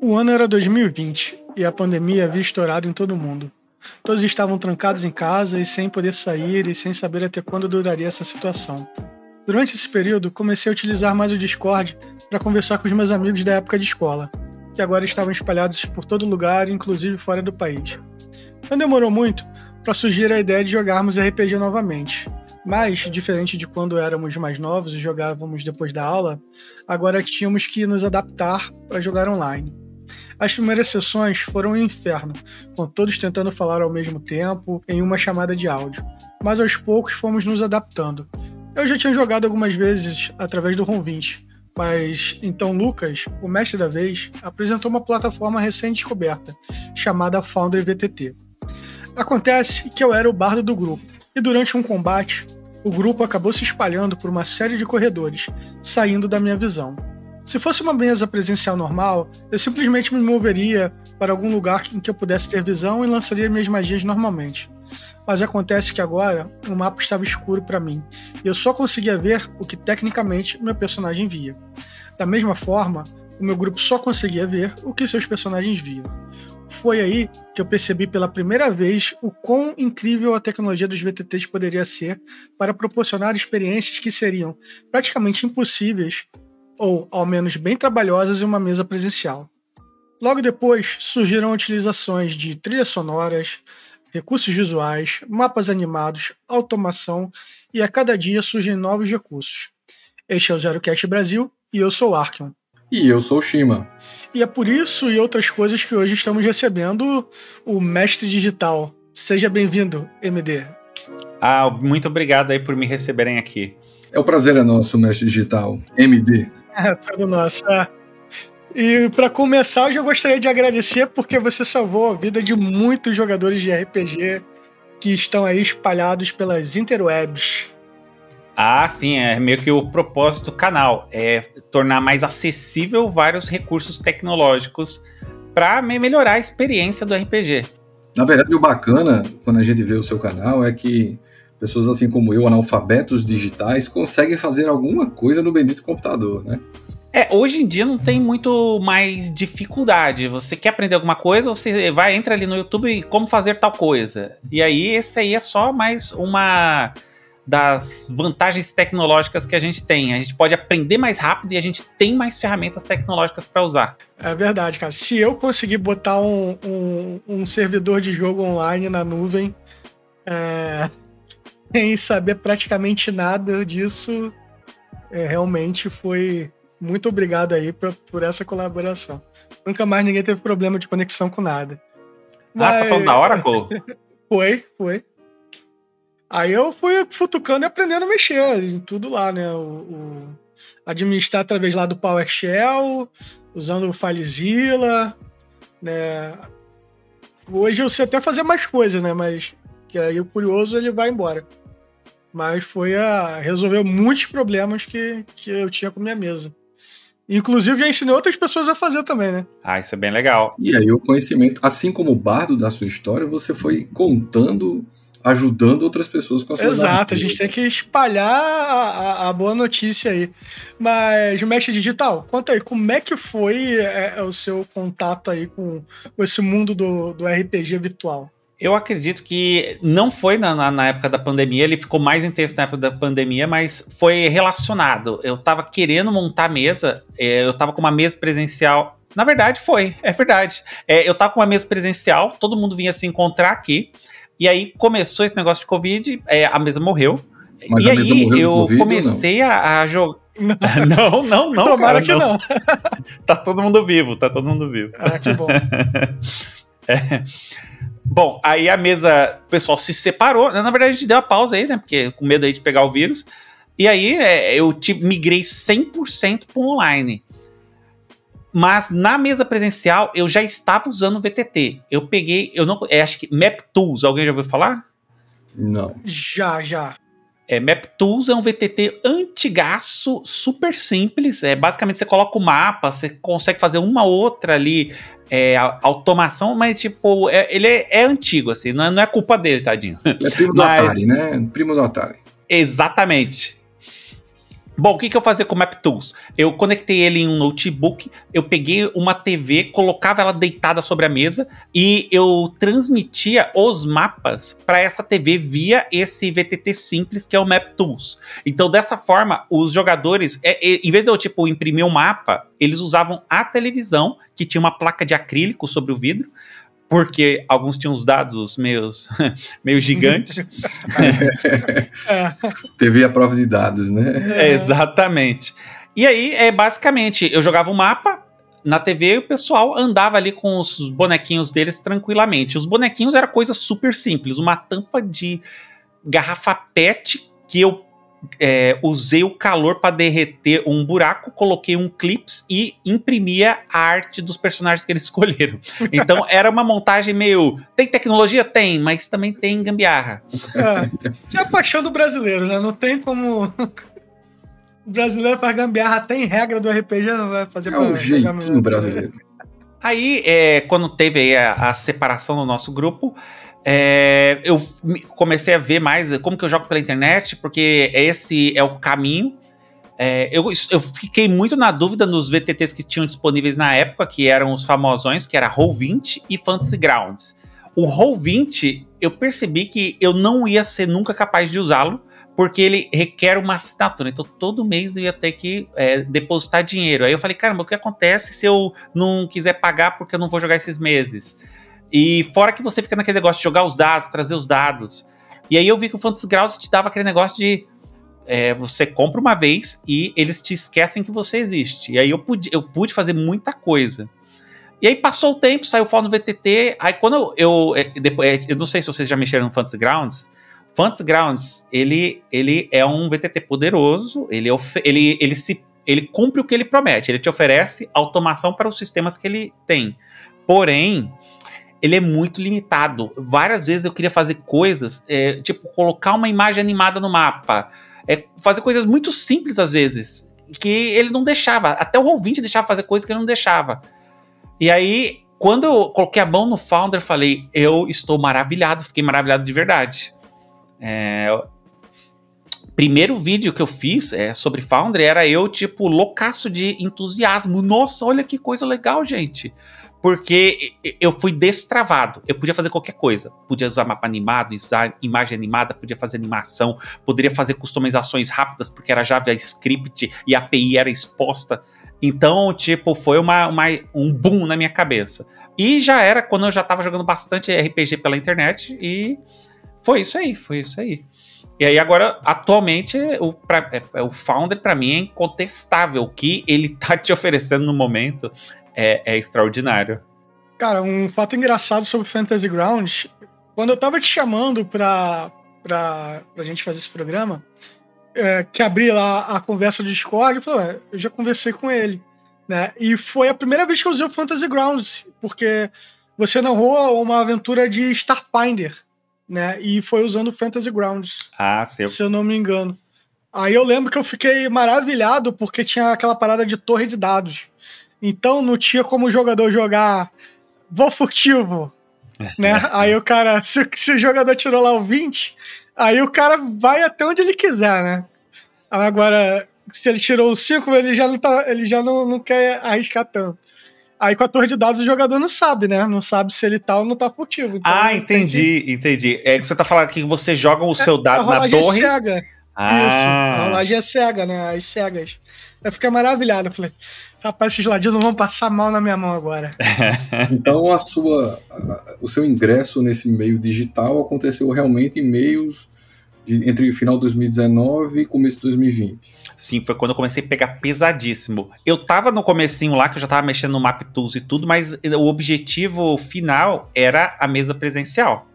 O ano era 2020 e a pandemia havia estourado em todo mundo. Todos estavam trancados em casa e sem poder sair e sem saber até quando duraria essa situação. Durante esse período, comecei a utilizar mais o Discord para conversar com os meus amigos da época de escola, que agora estavam espalhados por todo lugar, inclusive fora do país. Não demorou muito para surgir a ideia de jogarmos RPG novamente. Mas, diferente de quando éramos mais novos e jogávamos depois da aula, agora tínhamos que nos adaptar para jogar online. As primeiras sessões foram um inferno, com todos tentando falar ao mesmo tempo em uma chamada de áudio, mas aos poucos fomos nos adaptando. Eu já tinha jogado algumas vezes através do Roll20, mas então Lucas, o mestre da vez, apresentou uma plataforma recém-descoberta, chamada Foundry VTT. Acontece que eu era o bardo do grupo, e durante um combate, o grupo acabou se espalhando por uma série de corredores, saindo da minha visão. Se fosse uma mesa presencial normal, eu simplesmente me moveria para algum lugar em que eu pudesse ter visão e lançaria minhas magias normalmente. Mas acontece que agora o mapa estava escuro para mim, e eu só conseguia ver o que tecnicamente meu personagem via. Da mesma forma, o meu grupo só conseguia ver o que seus personagens viam. Foi aí que eu percebi pela primeira vez o quão incrível a tecnologia dos VTTs poderia ser para proporcionar experiências que seriam praticamente impossíveis ou, ao menos, bem trabalhosas em uma mesa presencial. Logo depois, surgiram utilizações de trilhas sonoras, recursos visuais, mapas animados, automação e a cada dia surgem novos recursos. Este é o ZeroCast Brasil e eu sou o Arkion. E eu sou o Shima. E é por isso e outras coisas que hoje estamos recebendo o Mestre Digital. Seja bem-vindo, MD. Muito obrigado aí por me receberem aqui. É o prazer é nosso, Mestre Digital, MD. É, tudo nosso. E para começar, eu já gostaria de agradecer porque você salvou a vida de muitos jogadores de RPG que estão aí espalhados pelas interwebs. Sim, é meio que o propósito do canal, é tornar mais acessível vários recursos tecnológicos para melhorar a experiência do RPG. Na verdade, o bacana, quando a gente vê o seu canal, é que pessoas assim como eu, analfabetos digitais, conseguem fazer alguma coisa no bendito computador, né? Hoje em dia não tem muito mais dificuldade. Você quer aprender alguma coisa, você entra ali no YouTube e como fazer tal coisa. E aí, esse aí é só mais uma das vantagens tecnológicas que a gente tem. A gente pode aprender mais rápido e a gente tem mais ferramentas tecnológicas para usar. É verdade, cara. Se eu conseguir botar um servidor de jogo online na nuvem, sem saber praticamente nada disso, realmente foi... Muito obrigado aí por essa colaboração. Nunca mais ninguém teve problema de conexão com nada. Você tá falando da Oracle? Foi. Aí eu fui futucando e aprendendo a mexer em tudo lá, né? Administrar através lá do PowerShell, usando o FileZilla, né? Hoje eu sei até fazer mais coisas, né? Mas que aí o curioso ele vai embora. Mas resolveu muitos problemas que eu tinha com minha mesa. Inclusive, já ensinei outras pessoas a fazer também, né? Isso é bem legal. E aí o conhecimento, assim como o bardo da sua história, você foi contando, ajudando outras pessoas com a sua narrativa. Exato, a gente tem que espalhar a boa notícia aí. Mas, Mestre Digital, conta aí, como é que foi o seu contato aí com esse mundo do RPG virtual? Eu acredito que não foi na época da pandemia, ele ficou mais intenso na época da pandemia, mas foi relacionado. Eu tava querendo montar mesa, eu tava com uma mesa presencial. Na verdade, é verdade. Eu tava com uma mesa presencial, todo mundo vinha se encontrar aqui, e aí começou esse negócio de Covid, a mesa morreu. Mas e a mesa aí morreu eu do Covid, comecei a jogar. Não, Tomara cara, que não. Tá todo mundo vivo. Que bom. Bom, aí a mesa, o pessoal se separou. Na verdade, a gente deu uma pausa aí, né? Porque com medo aí de pegar o vírus. E aí eu migrei 100% para o online. Mas na mesa presencial, eu já estava usando o VTT. Eu peguei, acho que MapTools, alguém já ouviu falar? Não. Já. MapTools é um VTT antigaço, super simples. Basicamente, você coloca o mapa, você consegue fazer uma outra ali, automação, mas tipo, ele é antigo, assim, não é culpa dele, tadinho. É primo do Atari, né? Primo do Atari. Exatamente. Bom, o que eu fazia com o MapTools? Eu conectei ele em um notebook, eu peguei uma TV, colocava ela deitada sobre a mesa e eu transmitia os mapas para essa TV via esse VTT simples que é o MapTools. Então, dessa forma, os jogadores, em vez de eu imprimir um mapa, eles usavam a televisão, que tinha uma placa de acrílico sobre o vidro, porque alguns tinham os dados meio gigantes. TV à prova de dados, né? Exatamente. E aí, basicamente, eu jogava um mapa na TV e o pessoal andava ali com os bonequinhos deles tranquilamente. Os bonequinhos era coisa super simples. Uma tampa de garrafa PET que eu usei o calor para derreter um buraco, coloquei um clips e imprimia a arte dos personagens que eles escolheram. Então era uma montagem meio... Tem tecnologia? Tem, mas também tem gambiarra. Que é a paixão do brasileiro, né? Não tem como... O brasileiro para gambiarra tem regra do RPG, não vai fazer... É o jeitinho brasileiro. Aí, quando teve aí a separação do nosso grupo... eu comecei a ver mais como que eu jogo pela internet, porque esse é o caminho. Eu fiquei muito na dúvida nos VTTs que tinham disponíveis na época, que eram os famosões, que era Roll20 e Fantasy Grounds. O Roll20, eu percebi que eu não ia ser nunca capaz de usá-lo, porque ele requer uma assinatura. Então, todo mês eu ia ter que depositar dinheiro. Aí eu falei, caramba, o que acontece se eu não quiser pagar porque eu não vou jogar esses meses? E fora que você fica naquele negócio de jogar os dados, trazer os dados. E aí eu vi que o Fantasy Grounds te dava aquele negócio de... você compra uma vez e eles te esquecem que você existe. E aí eu pude fazer muita coisa. E aí passou o tempo, saiu o fórum no VTT. Aí quando eu não sei se vocês já mexeram no Fantasy Grounds. Fantasy Grounds, ele é um VTT poderoso. Ele cumpre o que ele promete. Ele te oferece automação para os sistemas que ele tem. Porém... ele é muito limitado. Várias vezes eu queria fazer coisas, colocar uma imagem animada no mapa, fazer coisas muito simples às vezes, que ele não deixava. Até o Roll20 deixava fazer coisas que ele não deixava. E aí, quando eu coloquei a mão no Founder, falei, eu estou maravilhado, fiquei maravilhado de verdade. Primeiro vídeo que eu fiz sobre Founder era eu, loucaço de entusiasmo. Nossa, olha que coisa legal, gente. Porque eu fui destravado. Eu podia fazer qualquer coisa. Podia usar mapa animado, usar imagem animada, podia fazer animação, poderia fazer customizações rápidas, porque era JavaScript e a API era exposta. Então, foi um boom na minha cabeça. E já era quando eu já estava jogando bastante RPG pela internet, e foi isso aí. E aí agora, atualmente, o Founder, para mim, é incontestável. O que ele tá te oferecendo no momento... é extraordinário. Cara, um fato engraçado sobre Fantasy Grounds, quando eu tava te chamando pra gente fazer esse programa, que abri lá a conversa do Discord, eu falei, eu já conversei com ele, né? E foi a primeira vez que eu usei o Fantasy Grounds, porque você narrou uma aventura de Starfinder, né? E foi usando o Fantasy Grounds. Se eu não me engano. Aí eu lembro que eu fiquei maravilhado, porque tinha aquela parada de torre de dados. Então não tinha como o jogador jogar vou furtivo, né? Aí o cara, se o jogador tirou lá o 20, aí o cara vai até onde ele quiser, né? Agora, se ele tirou o 5, ele já não quer arriscar tanto. Aí com a torre de dados o jogador não sabe, né? Não sabe se ele tá ou não tá furtivo. Então, entendi. É que você tá falando que você joga o seu dado na torre. É cega. Isso, a rolagem é cega, né? As cegas. Eu fiquei maravilhado. Eu falei, rapaz, esses ladinos vão passar mal na minha mão agora. Então o seu ingresso nesse meio digital aconteceu realmente em meios entre o final de 2019 e começo de 2020. Sim, foi quando eu comecei a pegar pesadíssimo. Eu tava no comecinho lá, que eu já tava mexendo no MapTools e tudo, mas o objetivo final era a mesa presencial.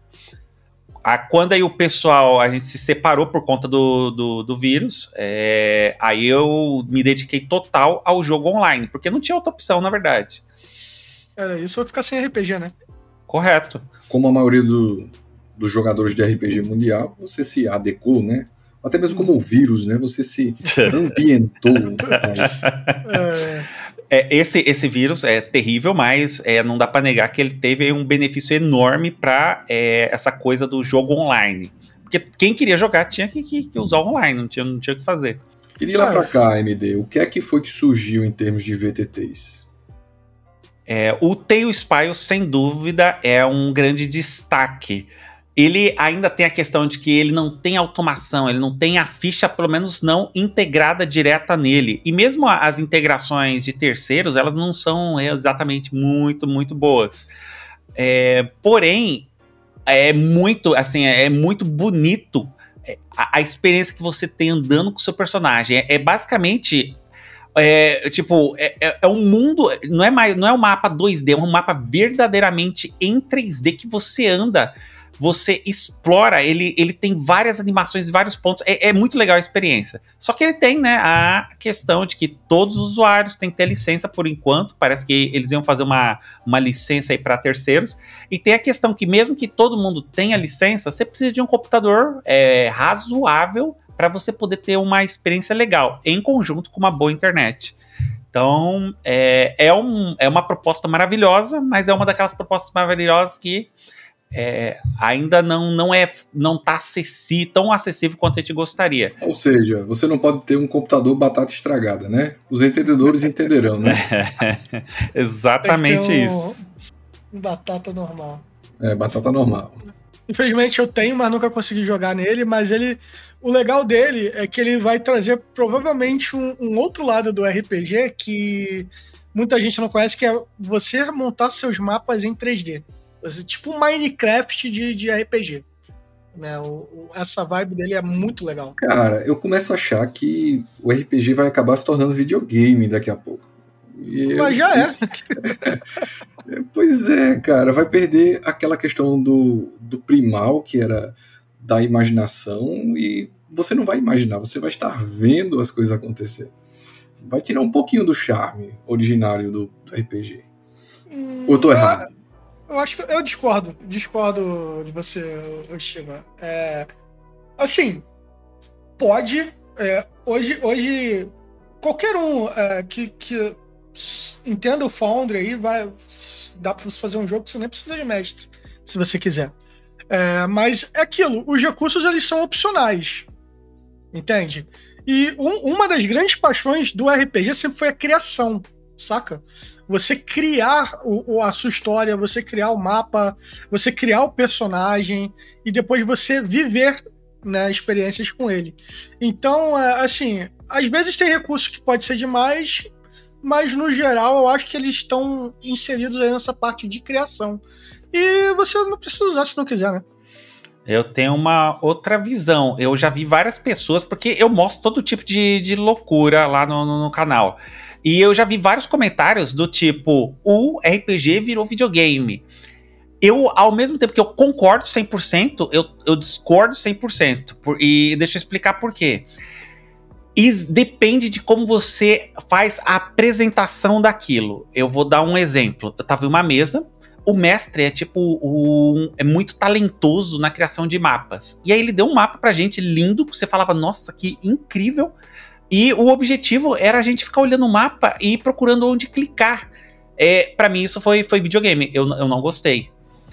Quando aí o pessoal, a gente se separou por conta do vírus, aí eu me dediquei total ao jogo online, porque não tinha outra opção, na verdade. Era isso, ou ficar sem RPG, né? Correto. Como a maioria dos jogadores de RPG mundial, você se adequou, né? Até mesmo como o vírus, né? Você se ambientou. Esse vírus é terrível, mas não dá pra negar que ele teve um benefício enorme pra essa coisa do jogo online. Porque quem queria jogar tinha que usar online, não tinha o que fazer. E de lá pra cá, MD, o que é que foi que surgiu em termos de VTTs? O Tailspire, sem dúvida, é um grande destaque. Ele ainda tem a questão de que ele não tem automação, ele não tem a ficha, pelo menos não integrada direta nele. E mesmo as integrações de terceiros, elas não são exatamente muito, muito boas. Porém, é muito bonito a experiência que você tem andando com o seu personagem. Basicamente... É um mundo, não é um mapa 2D, é um mapa verdadeiramente em 3D que você anda, você explora, ele tem várias animações e vários pontos, é muito legal a experiência. Só que ele tem, né, a questão de que todos os usuários têm que ter licença por enquanto, parece que eles iam fazer uma licença aí para terceiros, e tem a questão que mesmo que todo mundo tenha licença, você precisa de um computador razoável para você poder ter uma experiência legal, em conjunto com uma boa internet. Então, é uma proposta maravilhosa, mas é uma daquelas propostas maravilhosas que ainda não está tão acessível quanto a gente gostaria. Ou seja, você não pode ter um computador batata estragada, né? Os entendedores entenderão, né? Exatamente isso. Batata normal. Batata normal. Infelizmente eu tenho, mas nunca consegui jogar nele, mas o legal dele é que ele vai trazer provavelmente um outro lado do RPG que muita gente não conhece, que é você montar seus mapas em 3D. Tipo um Minecraft de RPG. Né? Essa vibe dele é muito legal. Cara, eu começo a achar que o RPG vai acabar se tornando videogame daqui a pouco. Mas já é. Pois é, cara, vai perder aquela questão do primal, que era da imaginação, e você não vai imaginar, você vai estar vendo as coisas acontecer. Vai tirar um pouquinho do charme originário do RPG. Ou eu tô errado? Eu acho que eu discordo de você, Shiva. Assim, pode. Hoje qualquer um que entenda o Foundry aí, dá pra você fazer um jogo que você nem precisa de mestre, se você quiser. Mas é aquilo, os recursos eles são opcionais, entende? E uma das grandes paixões do RPG sempre foi a criação, saca? Você criar a sua história, você criar o mapa, você criar o personagem e depois você viver, né, experiências com ele. Então, assim, às vezes tem recursos que pode ser demais, mas no geral eu acho que eles estão inseridos aí nessa parte de criação. E você não precisa usar se não quiser, né? Eu tenho uma outra visão. Eu já vi várias pessoas, porque eu mostro todo tipo de loucura lá no canal. E eu já vi vários comentários do tipo, o RPG virou videogame. Ao mesmo tempo que eu concordo 100%, eu discordo 100%. E deixa eu explicar por quê. Depende de como você faz a apresentação daquilo. Eu vou dar um exemplo. Eu tava em uma mesa, o mestre é muito talentoso na criação de mapas. E aí ele deu um mapa pra gente lindo, que você falava, nossa, que incrível. E o objetivo era a gente ficar olhando o mapa e procurando onde clicar. Pra mim isso foi videogame, eu não gostei.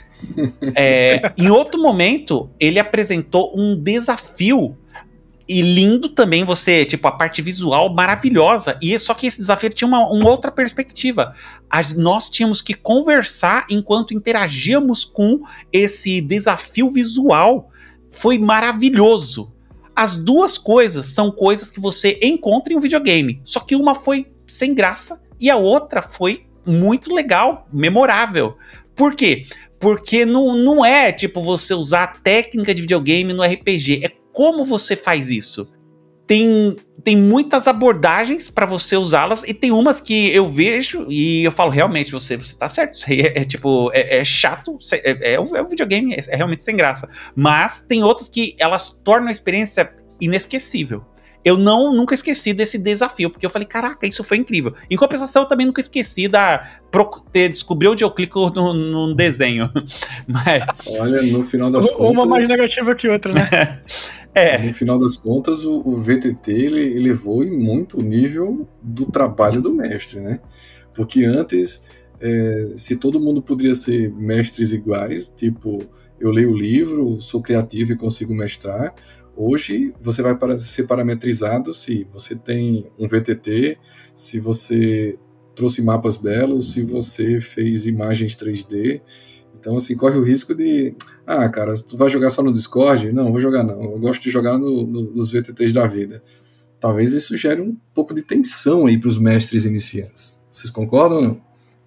Em outro momento, ele apresentou um desafio e lindo também, a parte visual maravilhosa, só que esse desafio tinha uma outra perspectiva. Nós tínhamos que conversar enquanto interagíamos com esse desafio visual. Foi maravilhoso. As duas coisas são coisas que você encontra em um videogame, só que uma foi sem graça e a outra foi muito legal, memorável. Por quê? Porque não é tipo você usar a técnica de videogame no RPG, é como você faz isso. Tem muitas abordagens para você usá-las e tem umas que eu vejo e eu falo, realmente, você tá certo. Isso aí é chato, é um videogame, é realmente sem graça. Mas tem outras que elas tornam a experiência inesquecível. Eu nunca esqueci desse desafio, porque eu falei, caraca, isso foi incrível. Em compensação, eu também nunca esqueci de descobrir onde eu clico no desenho. Mas... Olha, no final das contas... Uma mais negativa que outra, né? No final das contas, o VTT ele elevou muito o nível do trabalho do mestre, né? Porque antes, se todo mundo poderia ser mestres iguais, tipo, eu leio o livro, sou criativo e consigo mestrar, Hoje você vai ser parametrizado se você tem um VTT, se você trouxe mapas belos, se você fez imagens 3D. Então, assim, corre o risco de... Ah, cara, tu vai jogar só no Discord? Não, vou jogar não. Eu gosto de jogar nos VTTs da vida. Talvez isso gere um pouco de tensão aí para os mestres iniciantes. Vocês concordam ou não?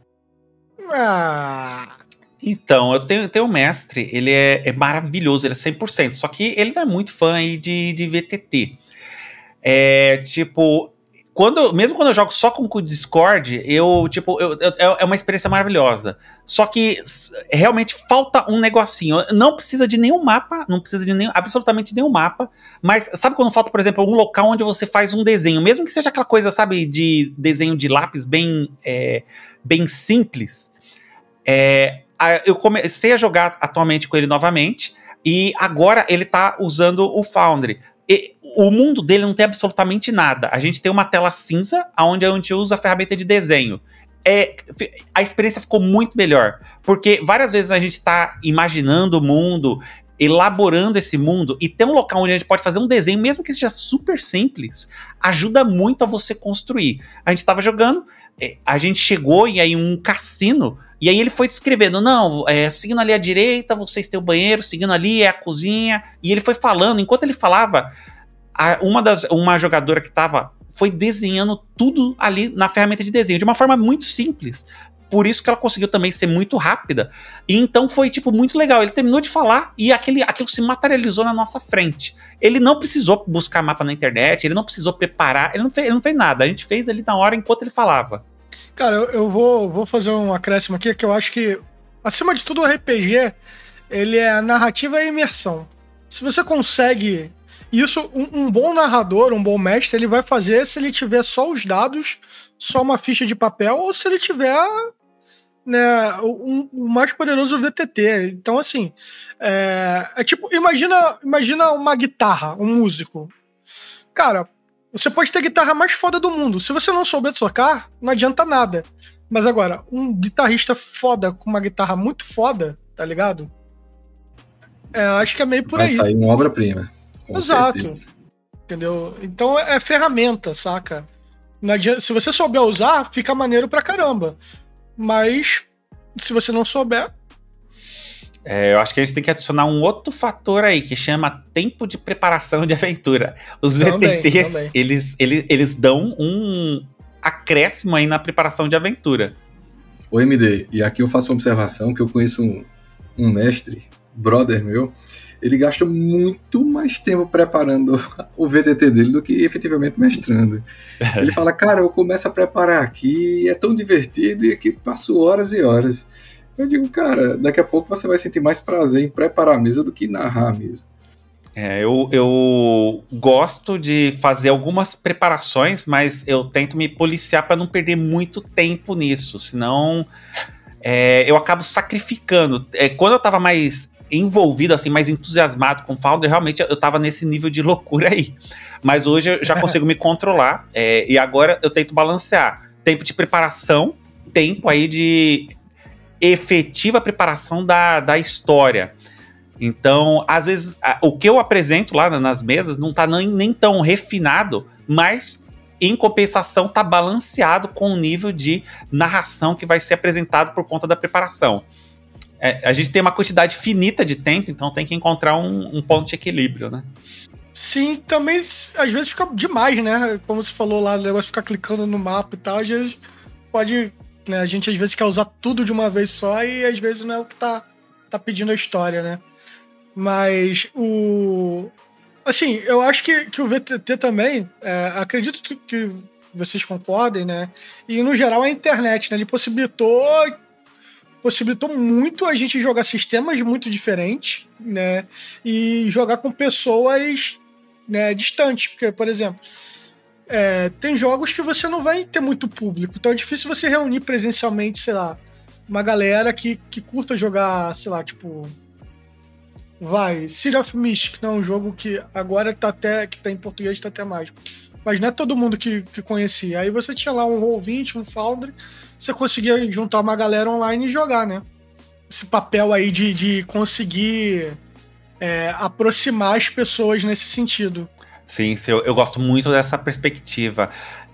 Então, eu tenho um mestre, ele é maravilhoso, ele é 100%, só que ele não é muito fã aí de VTT. Tipo, mesmo quando eu jogo só com o Discord, é uma experiência maravilhosa. Só que realmente falta um negocinho. Não precisa de nenhum mapa, não precisa de absolutamente nenhum mapa. Mas sabe quando falta, por exemplo, um local onde você faz um desenho, mesmo que seja aquela coisa, sabe, de desenho de lápis bem simples. Eu comecei a jogar atualmente com ele novamente. E agora ele tá usando o Foundry. O mundo dele não tem absolutamente nada. A gente tem uma tela cinza, onde a gente usa a ferramenta de desenho. A experiência ficou muito melhor, porque várias vezes a gente está imaginando o mundo, elaborando esse mundo, e ter um local onde a gente pode fazer um desenho, mesmo que seja super simples, ajuda muito a você construir. A gente estava jogando, a gente chegou e aí um cassino, e aí ele foi descrevendo, não, seguindo ali à direita, vocês têm o banheiro, seguindo ali é a cozinha, e ele foi falando, enquanto ele falava, uma jogadora que foi desenhando tudo ali na ferramenta de desenho, de uma forma muito simples, por isso que ela conseguiu também ser muito rápida, e então foi tipo muito legal, ele terminou de falar e aquilo se materializou na nossa frente. Ele não precisou buscar mapa na internet, ele não precisou preparar, ele não fez nada, a gente fez ali na hora enquanto ele falava. Cara, eu vou fazer um acréscimo aqui, que eu acho que, acima de tudo, o RPG, ele é a narrativa e a imersão. Se você consegue isso, um bom narrador, um bom mestre, ele vai fazer se ele tiver só os dados, só uma ficha de papel, ou se ele tiver, né, o mais poderoso VTT. Então, assim, tipo, imagina uma guitarra, um músico. Cara, você pode ter a guitarra mais foda do mundo. Se você não souber tocar, não adianta nada. Mas agora, um guitarrista foda com uma guitarra muito foda, tá ligado? Acho que é meio por aí. Vai sair uma obra-prima. Exato. Certeza. Entendeu? Então é ferramenta, saca? Não adianta, se você souber usar, fica maneiro pra caramba. Mas, se você não souber... eu acho que a gente tem que adicionar um outro fator aí, que chama tempo de preparação de aventura. Os VTTs, eles dão um acréscimo aí na preparação de aventura. Ô MD, e aqui eu faço uma observação, que eu conheço um mestre, brother meu, ele gasta muito mais tempo preparando o VTT dele do que efetivamente mestrando. Ele fala, cara, eu começo a preparar aqui, é tão divertido, e aqui passo horas e horas. Eu digo, cara, daqui a pouco você vai sentir mais prazer em preparar a mesa do que narrar a mesa. Eu gosto de fazer algumas preparações, mas eu tento me policiar para não perder muito tempo nisso, senão eu acabo sacrificando. Quando eu estava mais envolvido, assim, mais entusiasmado com o Founder, realmente eu tava nesse nível de loucura aí. Mas hoje eu já consigo me controlar, e agora eu tento balancear tempo de preparação, tempo aí de efetiva preparação da história. Então, às vezes, o que eu apresento lá nas mesas não tá nem tão refinado, mas em compensação tá balanceado com o nível de narração que vai ser apresentado por conta da preparação. A gente tem uma quantidade finita de tempo, então tem que encontrar um ponto de equilíbrio, né? Sim, também às vezes fica demais, né? Como você falou lá, o negócio de ficar clicando no mapa e tal, às vezes pode... Né, a gente às vezes quer usar tudo de uma vez só e às vezes não é o que tá pedindo a história, né? Mas assim, eu acho que o VTT também, acredito que vocês concordem, né? E no geral a internet, né? Ele possibilitou muito a gente jogar sistemas muito diferentes, né? E jogar com pessoas, né, distantes. Porque, por exemplo, tem jogos que você não vai ter muito público. Então é difícil você reunir presencialmente, sei lá, uma galera que curta jogar, sei lá, tipo... City of Mist, que não é um jogo que agora que tá em português, tá até mais. Mas não é todo mundo que conhecia. Aí você tinha lá um Roll20, um Foundry, você conseguia juntar uma galera online e jogar, né? Esse papel aí de conseguir aproximar as pessoas nesse sentido. Sim, eu gosto muito dessa perspectiva.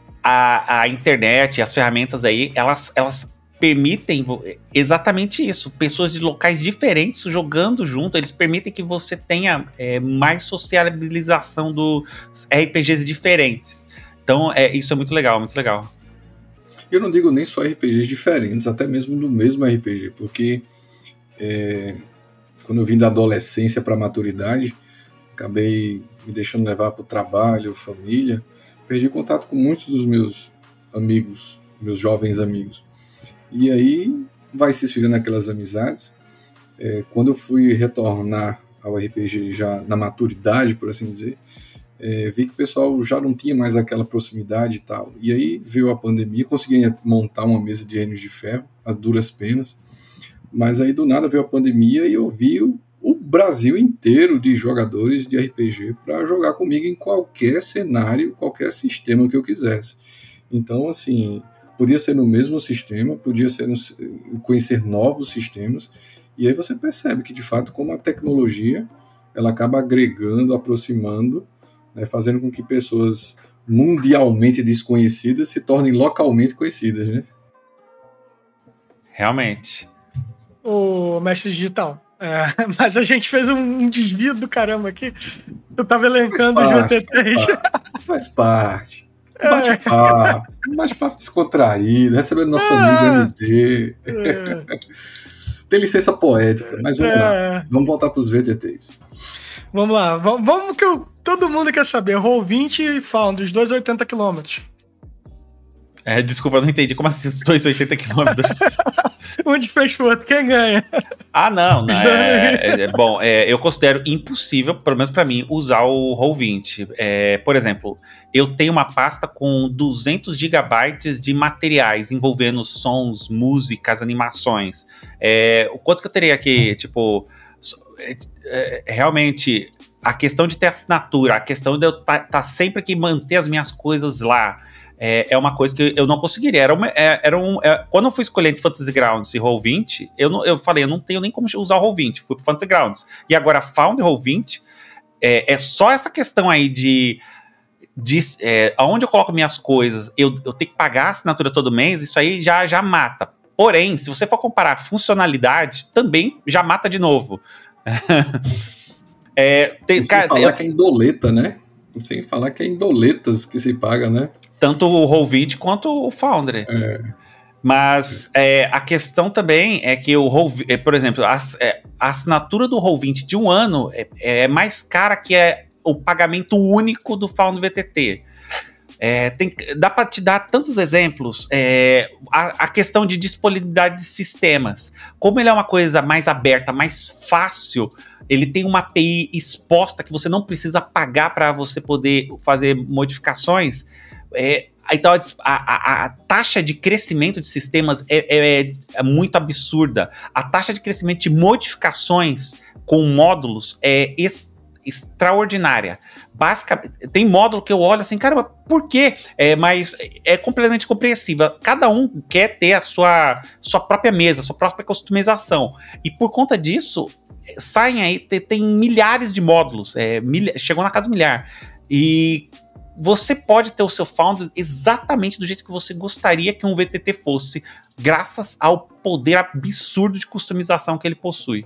A internet, as ferramentas aí, elas permitem exatamente isso. Pessoas de locais diferentes jogando junto, eles permitem que você tenha mais sociabilização dos RPGs diferentes. Então, isso é muito legal, muito legal. Eu não digo nem só RPGs diferentes, até mesmo no mesmo RPG, porque quando eu vim da adolescência para a maturidade, acabei me deixando levar para o trabalho, família, perdi contato com muitos dos meus amigos, meus jovens amigos. E aí vai se esfriando aquelas amizades. Quando eu fui retornar ao RPG já na maturidade, por assim dizer, vi que o pessoal já não tinha mais aquela proximidade e tal. E aí veio a pandemia, consegui montar uma mesa de Reinos de Ferro, a duras penas. Mas aí do nada veio a pandemia e eu vi o Brasil inteiro de jogadores de RPG para jogar comigo em qualquer cenário, qualquer sistema que eu quisesse. Então, assim, podia ser no mesmo sistema, podia ser conhecer novos sistemas, e aí você percebe que, de fato, como a tecnologia ela acaba agregando, aproximando, né, fazendo com que pessoas mundialmente desconhecidas se tornem localmente conhecidas, né? Realmente. O mestre digital. Mas a gente fez um desvio do caramba aqui. Eu tava elencando os VTTs. Faz parte. Bate-papo descontraído, recebendo nosso amigo MD. Tem licença poética, mas vamos lá. Vamos voltar para os VTTs. Vamos lá. Vamos que todo mundo quer saber. Roll20 e Foundry, os 280 km. Desculpa, eu não entendi. Como assim os 280 km? Um de frente pro outro. Quem ganha? Não. Bom, eu considero impossível, pelo menos pra mim, usar o Roll20. Por exemplo, eu tenho uma pasta com 200 GB de materiais envolvendo sons, músicas, animações. O quanto que eu teria aqui, tipo... realmente, a questão de ter assinatura, a questão de eu tá sempre que manter as minhas coisas lá, é uma coisa que eu não conseguiria. Quando eu fui escolher entre Fantasy Grounds e Roll20, eu falei, eu não tenho nem como usar o Roll20, fui pro Fantasy Grounds. E agora, Foundry e Roll20, é só essa questão aí de aonde eu coloco minhas coisas, eu tenho que pagar a assinatura todo mês, isso aí já mata. Porém, se você for comparar a funcionalidade, também já mata de novo. Sem falar que é em doleta, né? Sem falar que é em doletas que se paga, né? Tanto o Roll20 quanto o Foundry. Mas a questão também é que o Roll20, por exemplo, a assinatura do Roll20 de um ano é mais cara que o pagamento único do Foundry VTT. Dá para te dar tantos exemplos. A questão de disponibilidade de sistemas. Como ele é uma coisa mais aberta, mais fácil, ele tem uma API exposta que você não precisa pagar para você poder fazer modificações. Então a taxa de crescimento de sistemas é muito absurda. A taxa de crescimento de modificações com módulos é extraordinária. Basicamente, tem módulo que eu olho assim, caramba, por quê? Mas é completamente compreensível. Cada um quer ter a sua própria mesa, sua própria customização. E por conta disso, saem aí, tem milhares de módulos, chegou na casa do milhar. E você pode ter o seu Foundry exatamente do jeito que você gostaria que um VTT fosse, graças ao poder absurdo de customização que ele possui.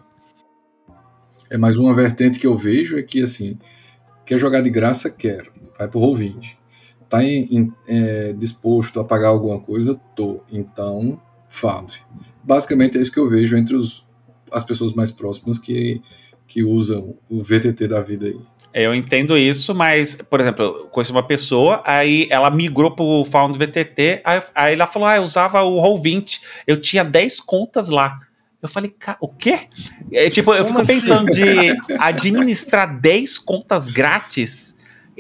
Mais uma vertente que eu vejo é que, assim, quer jogar de graça? Quero. Vai pro Roll20. Tá disposto a pagar alguma coisa? Tô. Então, Foundry. Basicamente é isso que eu vejo entre as pessoas mais próximas que usam o VTT da vida aí. Eu entendo isso, mas, por exemplo, eu conheci uma pessoa, aí ela migrou pro Foundry VTT, aí ela falou, eu usava o Roll20, eu tinha 10 contas lá. Eu falei, o quê? Eu fico pensando de administrar 10 contas grátis.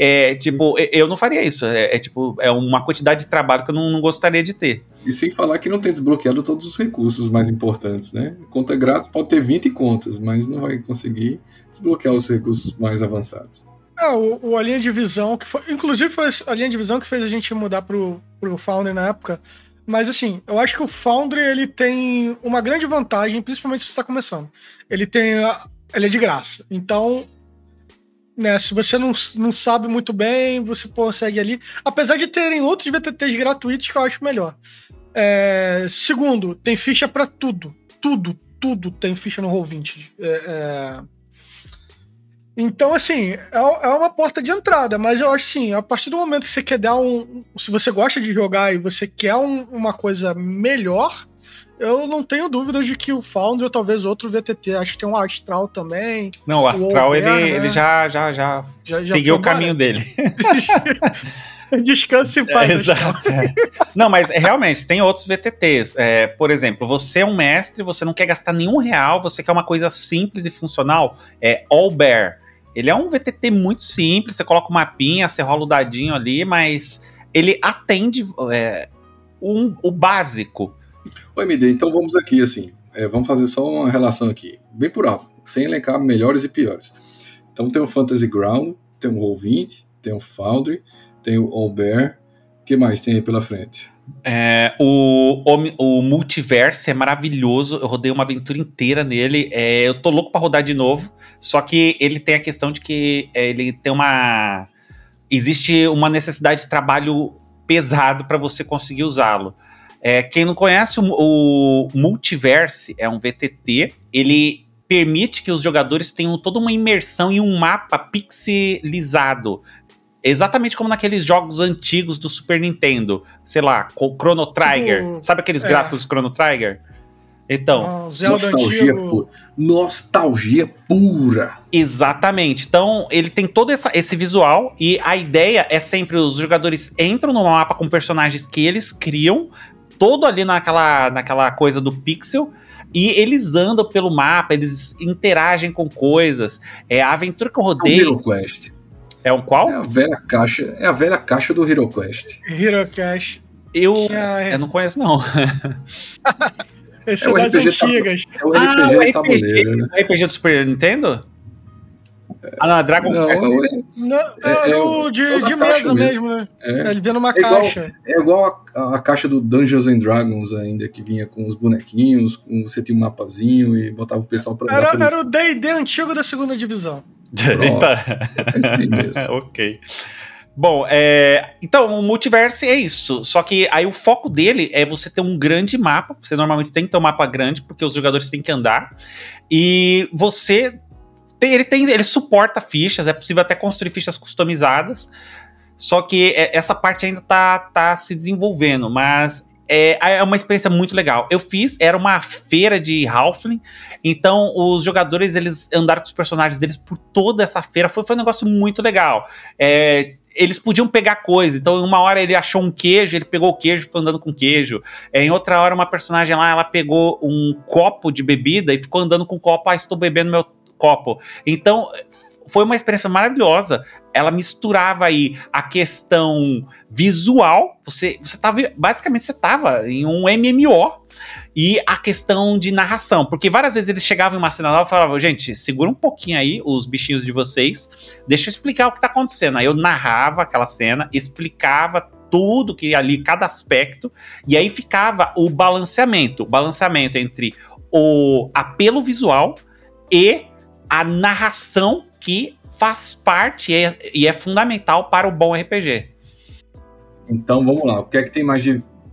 Eu não faria isso. É uma quantidade de trabalho que eu não gostaria de ter. E sem falar que não tem desbloqueado todos os recursos mais importantes, né? Conta grátis pode ter 20 contas, mas não vai conseguir desbloquear os recursos mais avançados. A linha de visão, inclusive foi a linha de visão que fez a gente mudar pro Foundry na época. Mas assim, eu acho que o Foundry ele tem uma grande vantagem, principalmente se você está começando. Ele tem ele é de graça. Então, né, se você não sabe muito bem, você consegue ali. Apesar de terem outros VTTs gratuitos que eu acho melhor. Segundo, tem ficha pra tudo. Tudo tem ficha no Roll20. Então, assim, é uma porta de entrada, mas eu acho assim, a partir do momento que você quer dar se você gosta de jogar e você quer uma coisa melhor, eu não tenho dúvidas de que o Foundry ou talvez outro VTT, acho que tem um Astral também. Não, o Astral, Albert, ele já seguiu o caminho dele. Descanse em paz. Exato. Não, mas realmente, tem outros VTTs. Por exemplo, você é um mestre, você não quer gastar nenhum real, você quer uma coisa simples e funcional. Albert. Ele é um VTT muito simples, você coloca o mapinha, você rola o dadinho ali, mas ele atende o básico. Oi, MD, então vamos aqui, assim, vamos fazer só uma relação aqui, bem por alto, sem elencar melhores e piores. Então tem o Fantasy Ground, tem o Roll20, tem o Foundry, tem o Albert, o que mais tem aí pela frente? O Multiverse é maravilhoso, eu rodei uma aventura inteira nele, eu tô louco pra rodar de novo, só que ele tem a questão de que ele tem existe uma necessidade de trabalho pesado para você conseguir usá-lo. Quem não conhece o Multiverse, é um VTT, ele permite que os jogadores tenham toda uma imersão em um mapa pixelizado. Exatamente como naqueles jogos antigos do Super Nintendo. Sei lá, Chrono Trigger. Sabe aqueles gráficos do Chrono Trigger? Então... Nostalgia pura. Exatamente. Então, ele tem todo esse visual e a ideia é sempre os jogadores entram no mapa com personagens que eles criam, todo ali naquela coisa do pixel, e eles andam pelo mapa, eles interagem com coisas. A aventura que eu rodei... HeroQuest. É um qual? É a velha caixa do HeroQuest. HeroQuest. Eu não conheço, não. Esse é das antigas. É o RPG tabuleiro, né? O RPG do Super Nintendo? Não, Dragon Quest. Não, de mesa mesmo, né? Ele vem numa caixa. É igual a caixa do Dungeons and Dragons ainda, que vinha com os bonequinhos, você tinha um mapazinho e botava o pessoal pra andar. Era o D&D antigo da segunda divisão. Ok. Bom, então o Multiverse é isso. Só que aí o foco dele é você ter um grande mapa. Você normalmente tem que ter um mapa grande, porque os jogadores têm que andar. E você... Ele suporta fichas, é possível até construir fichas customizadas. Só que essa parte ainda tá se desenvolvendo, mas... É uma experiência muito legal. Era uma feira de Halfling, então os jogadores, eles andaram com os personagens deles por toda essa feira, foi um negócio muito legal. Eles podiam pegar coisa, então em uma hora ele achou um queijo, ele pegou o queijo e ficou andando com queijo. Em outra hora uma personagem lá, ela pegou um copo de bebida e ficou andando com o copo, estou bebendo meu copo. Então... foi uma experiência maravilhosa. Ela misturava aí a questão visual, basicamente você tava em um MMO, e a questão de narração, porque várias vezes eles chegavam em uma cena nova e falavam, gente, segura um pouquinho aí os bichinhos de vocês, deixa eu explicar o que tá acontecendo. Aí eu narrava aquela cena, explicava tudo que ali, cada aspecto, e aí ficava o balanceamento entre o apelo visual e a narração que faz parte e é fundamental para o bom RPG. Então vamos lá, o que é que tem mais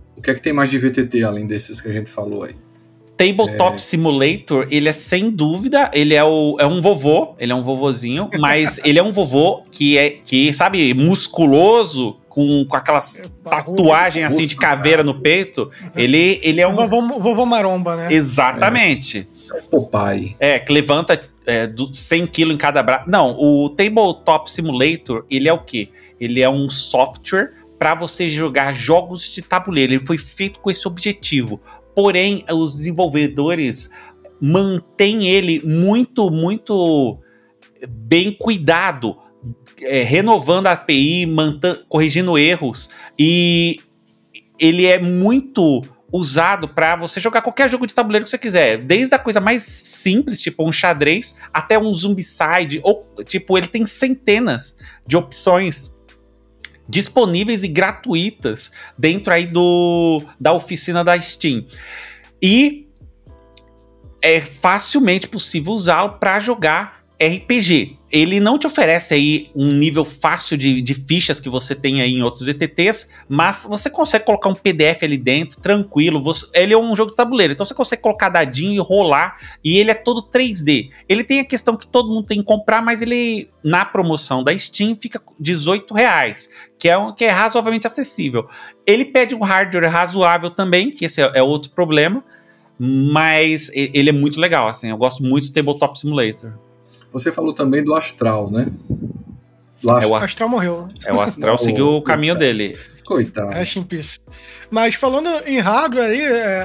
de VTT além desses que a gente falou aí? Tabletop Simulator, ele é sem dúvida, ele é um vovô, ele é um vovozinho, mas ele é um vovô que sabe, musculoso, com aquelas tatuagens assim de caveira no peito. Ele é um... Vovô maromba, né? Exatamente. O pai. Que levanta 100 kg em cada braço. Não, o Tabletop Simulator, ele é o quê? Ele é um software para você jogar jogos de tabuleiro. Ele foi feito com esse objetivo. Porém, os desenvolvedores mantêm ele muito, muito bem cuidado, renovando a API, corrigindo erros. E ele é muito... usado para você jogar qualquer jogo de tabuleiro que você quiser, desde a coisa mais simples, tipo um xadrez, até um Zombicide, ou tipo, ele tem centenas de opções disponíveis e gratuitas dentro aí da oficina da Steam. E é facilmente possível usá-lo para jogar RPG. Ele não te oferece aí um nível fácil de fichas que você tem aí em outros VTTs, mas você consegue colocar um PDF ali dentro, tranquilo. Ele é um jogo de tabuleiro, então você consegue colocar dadinho e rolar, e ele é todo 3D. Ele tem a questão que todo mundo tem que comprar, mas ele, na promoção da Steam, fica R$18, que é razoavelmente acessível. Ele pede um hardware razoável também, que esse é outro problema, mas ele é muito legal, assim, eu gosto muito do Tabletop Simulator. Você falou também do Astral, né? O Astral morreu. O Astral seguiu o caminho dele. Coitado. Rest in peace. Mas falando em hardware aí,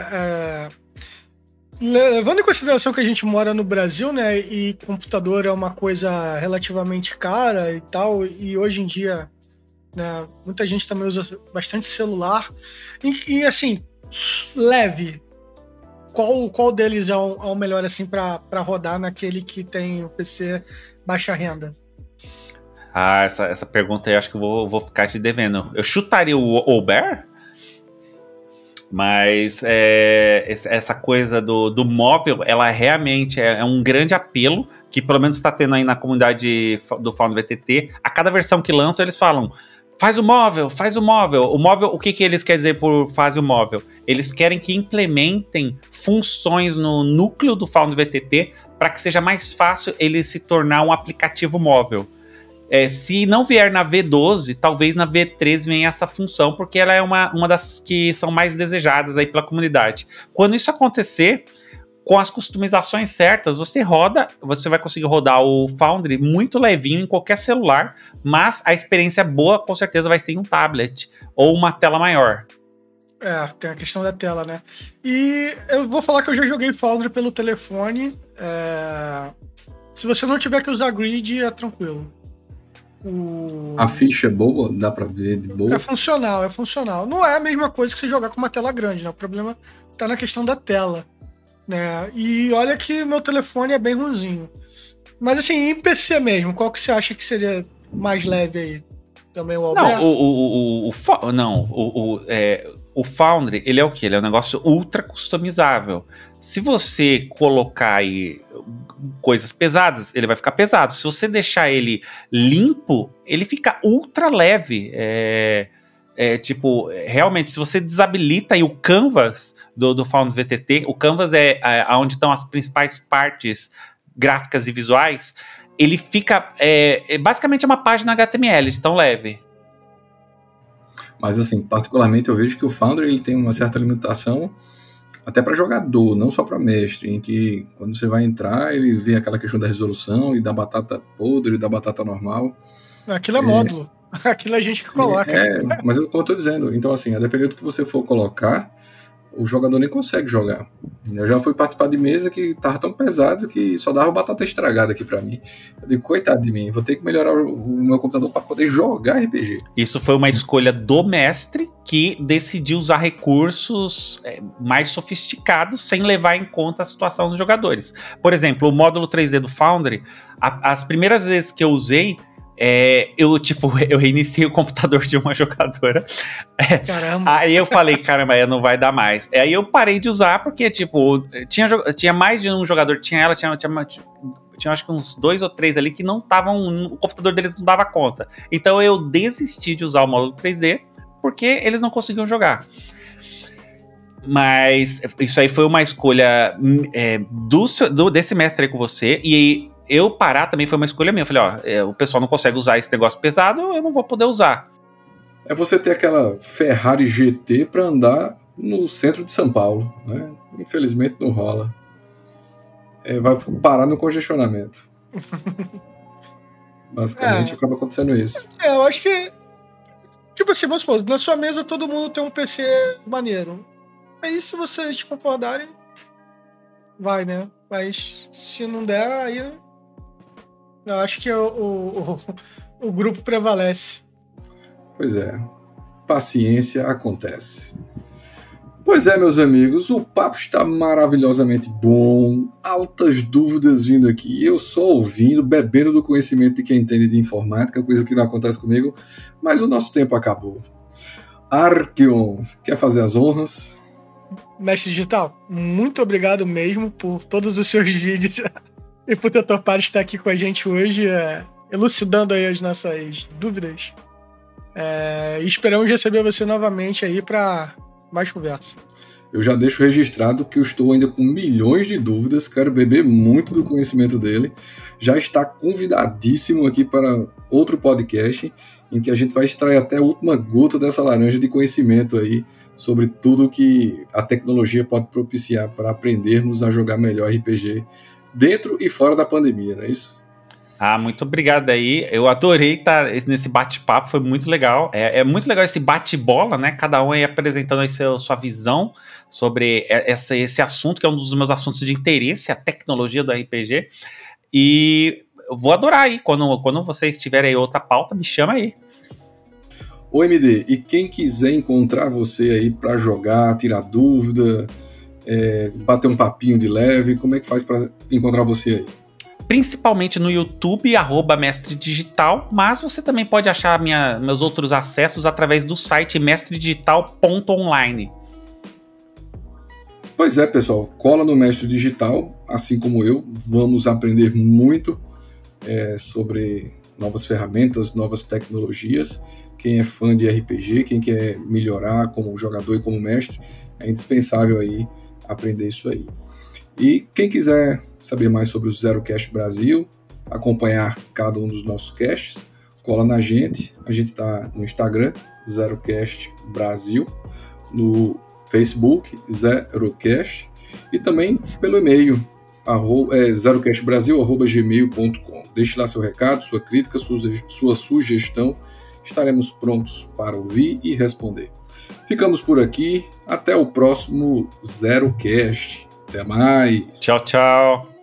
levando em consideração que a gente mora no Brasil, né, e computador é uma coisa relativamente cara e tal, e hoje em dia, né, muita gente também usa bastante celular, e assim, leve. Qual deles é o melhor assim para rodar naquele que tem o PC baixa renda? Essa pergunta aí acho que eu vou ficar te devendo. Eu chutaria o Bear, mas essa coisa do móvel, ela realmente é um grande apelo, que pelo menos está tendo aí na comunidade do Foundry VTT. A cada versão que lançam, eles falam: faz o móvel, faz o móvel. O móvel, o que eles querem dizer por faz o móvel? Eles querem que implementem funções no núcleo do Foundry VTT para que seja mais fácil ele se tornar um aplicativo móvel. Se não vier na V12, talvez na V13 venha essa função, porque ela é uma das que são mais desejadas aí pela comunidade. Quando isso acontecer, com as customizações certas, você vai conseguir rodar o Foundry muito levinho em qualquer celular, mas a experiência boa com certeza vai ser em um tablet ou uma tela maior. Tem a questão da tela, né? E eu vou falar que eu já joguei Foundry pelo telefone. Se você não tiver que usar grid, é tranquilo. A ficha é boa? Dá pra ver de boa? É funcional. Não é a mesma coisa que você jogar com uma tela grande, né? O problema tá na questão da tela. Né? E olha que meu telefone é bem ruinzinho. Mas assim, em PC mesmo, qual que você acha que seria mais leve aí? Também o Alberto? Não, o Foundry, ele é o quê? Ele é um negócio ultra customizável. Se você colocar aí coisas pesadas, ele vai ficar pesado. Se você deixar ele limpo, ele fica ultra leve. Realmente, se você desabilita aí o canvas do Foundry VTT, o canvas é onde estão as principais partes gráficas e visuais, ele fica basicamente uma página HTML de tão leve. Mas assim, particularmente eu vejo que o Foundry ele tem uma certa limitação até para jogador, não só para mestre, em que quando você vai entrar, ele vê aquela questão da resolução e da batata podre, da batata normal. Aquilo é módulo. Aquilo a gente que coloca. Mas como eu tô dizendo, então assim, a depender do que você for colocar, o jogador nem consegue jogar. Eu já fui participar de mesa que tava tão pesado que só dava batata estragada aqui pra mim. Eu digo, coitado de mim, vou ter que melhorar o meu computador para poder jogar RPG. Isso foi uma escolha do mestre que decidiu usar recursos mais sofisticados sem levar em conta a situação dos jogadores. Por exemplo, o módulo 3D do Foundry, as primeiras vezes que eu usei, eu reiniciei o computador de uma jogadora. Caramba. Aí eu falei, caramba, não vai dar mais. Aí eu parei de usar porque, tinha mais de um jogador, tinha acho que uns 2 ou 3 ali que não estavam, o computador deles não dava conta. Então eu desisti de usar o módulo 3D porque eles não conseguiam jogar. Mas isso aí foi uma escolha desse mestre aí com você, e eu parar também foi uma escolha minha. Eu falei, o pessoal não consegue usar esse negócio pesado, eu não vou poder usar. É você ter aquela Ferrari GT para andar no centro de São Paulo, né? Infelizmente não rola. Vai parar no congestionamento. Basicamente acaba acontecendo isso. Eu acho que, tipo assim, vamos supor, na sua mesa todo mundo tem um PC maneiro. Aí se vocês concordarem, vai, né? Mas se não der, aí eu acho que o grupo prevalece. Pois é. Paciência acontece. Pois é, meus amigos, o papo está maravilhosamente bom, altas dúvidas vindo aqui, eu só ouvindo, bebendo do conhecimento de quem entende de informática, coisa que não acontece comigo, mas o nosso tempo acabou. Archeon, quer fazer as honras? Mestre Digital, muito obrigado mesmo por todos os seus vídeos e por ter topado estar aqui com a gente hoje, elucidando aí as nossas dúvidas. E esperamos receber você novamente aí para mais conversa. Eu já deixo registrado que eu estou ainda com milhões de dúvidas, quero beber muito do conhecimento dele. Já está convidadíssimo aqui para outro podcast, em que a gente vai extrair até a última gota dessa laranja de conhecimento aí, sobre tudo que a tecnologia pode propiciar para aprendermos a jogar melhor RPG, dentro e fora da pandemia, não é isso? Muito obrigado aí. Eu adorei estar nesse bate-papo, foi muito legal. É muito legal esse bate-bola, né? Cada um aí apresentando aí sua visão sobre esse assunto, que é um dos meus assuntos de interesse, a tecnologia do RPG. E eu vou adorar aí. Quando vocês tiverem aí outra pauta, me chama aí. Ô MD, e quem quiser encontrar você aí para jogar, tirar dúvida, bater um papinho de leve, como é que faz para encontrar você aí? Principalmente no YouTube, @Mestre Digital, mas você também pode achar meus outros acessos através do site mestredigital.online. Pois é, pessoal, cola no Mestre Digital, assim como eu, vamos aprender muito sobre novas ferramentas, novas tecnologias. Quem é fã de RPG, quem quer melhorar como jogador e como mestre, é indispensável aí aprender isso aí. E quem quiser saber mais sobre o ZeroCast Brasil, acompanhar cada um dos nossos casts, cola na gente. A gente está no Instagram, ZeroCast Brasil, no Facebook, ZeroCast, e também pelo e-mail, zerocastbrasil@gmail.com. Deixe lá seu recado, sua crítica, sua sugestão. Estaremos prontos para ouvir e responder. Ficamos por aqui. Até o próximo ZeroCast. Até mais. Tchau, tchau.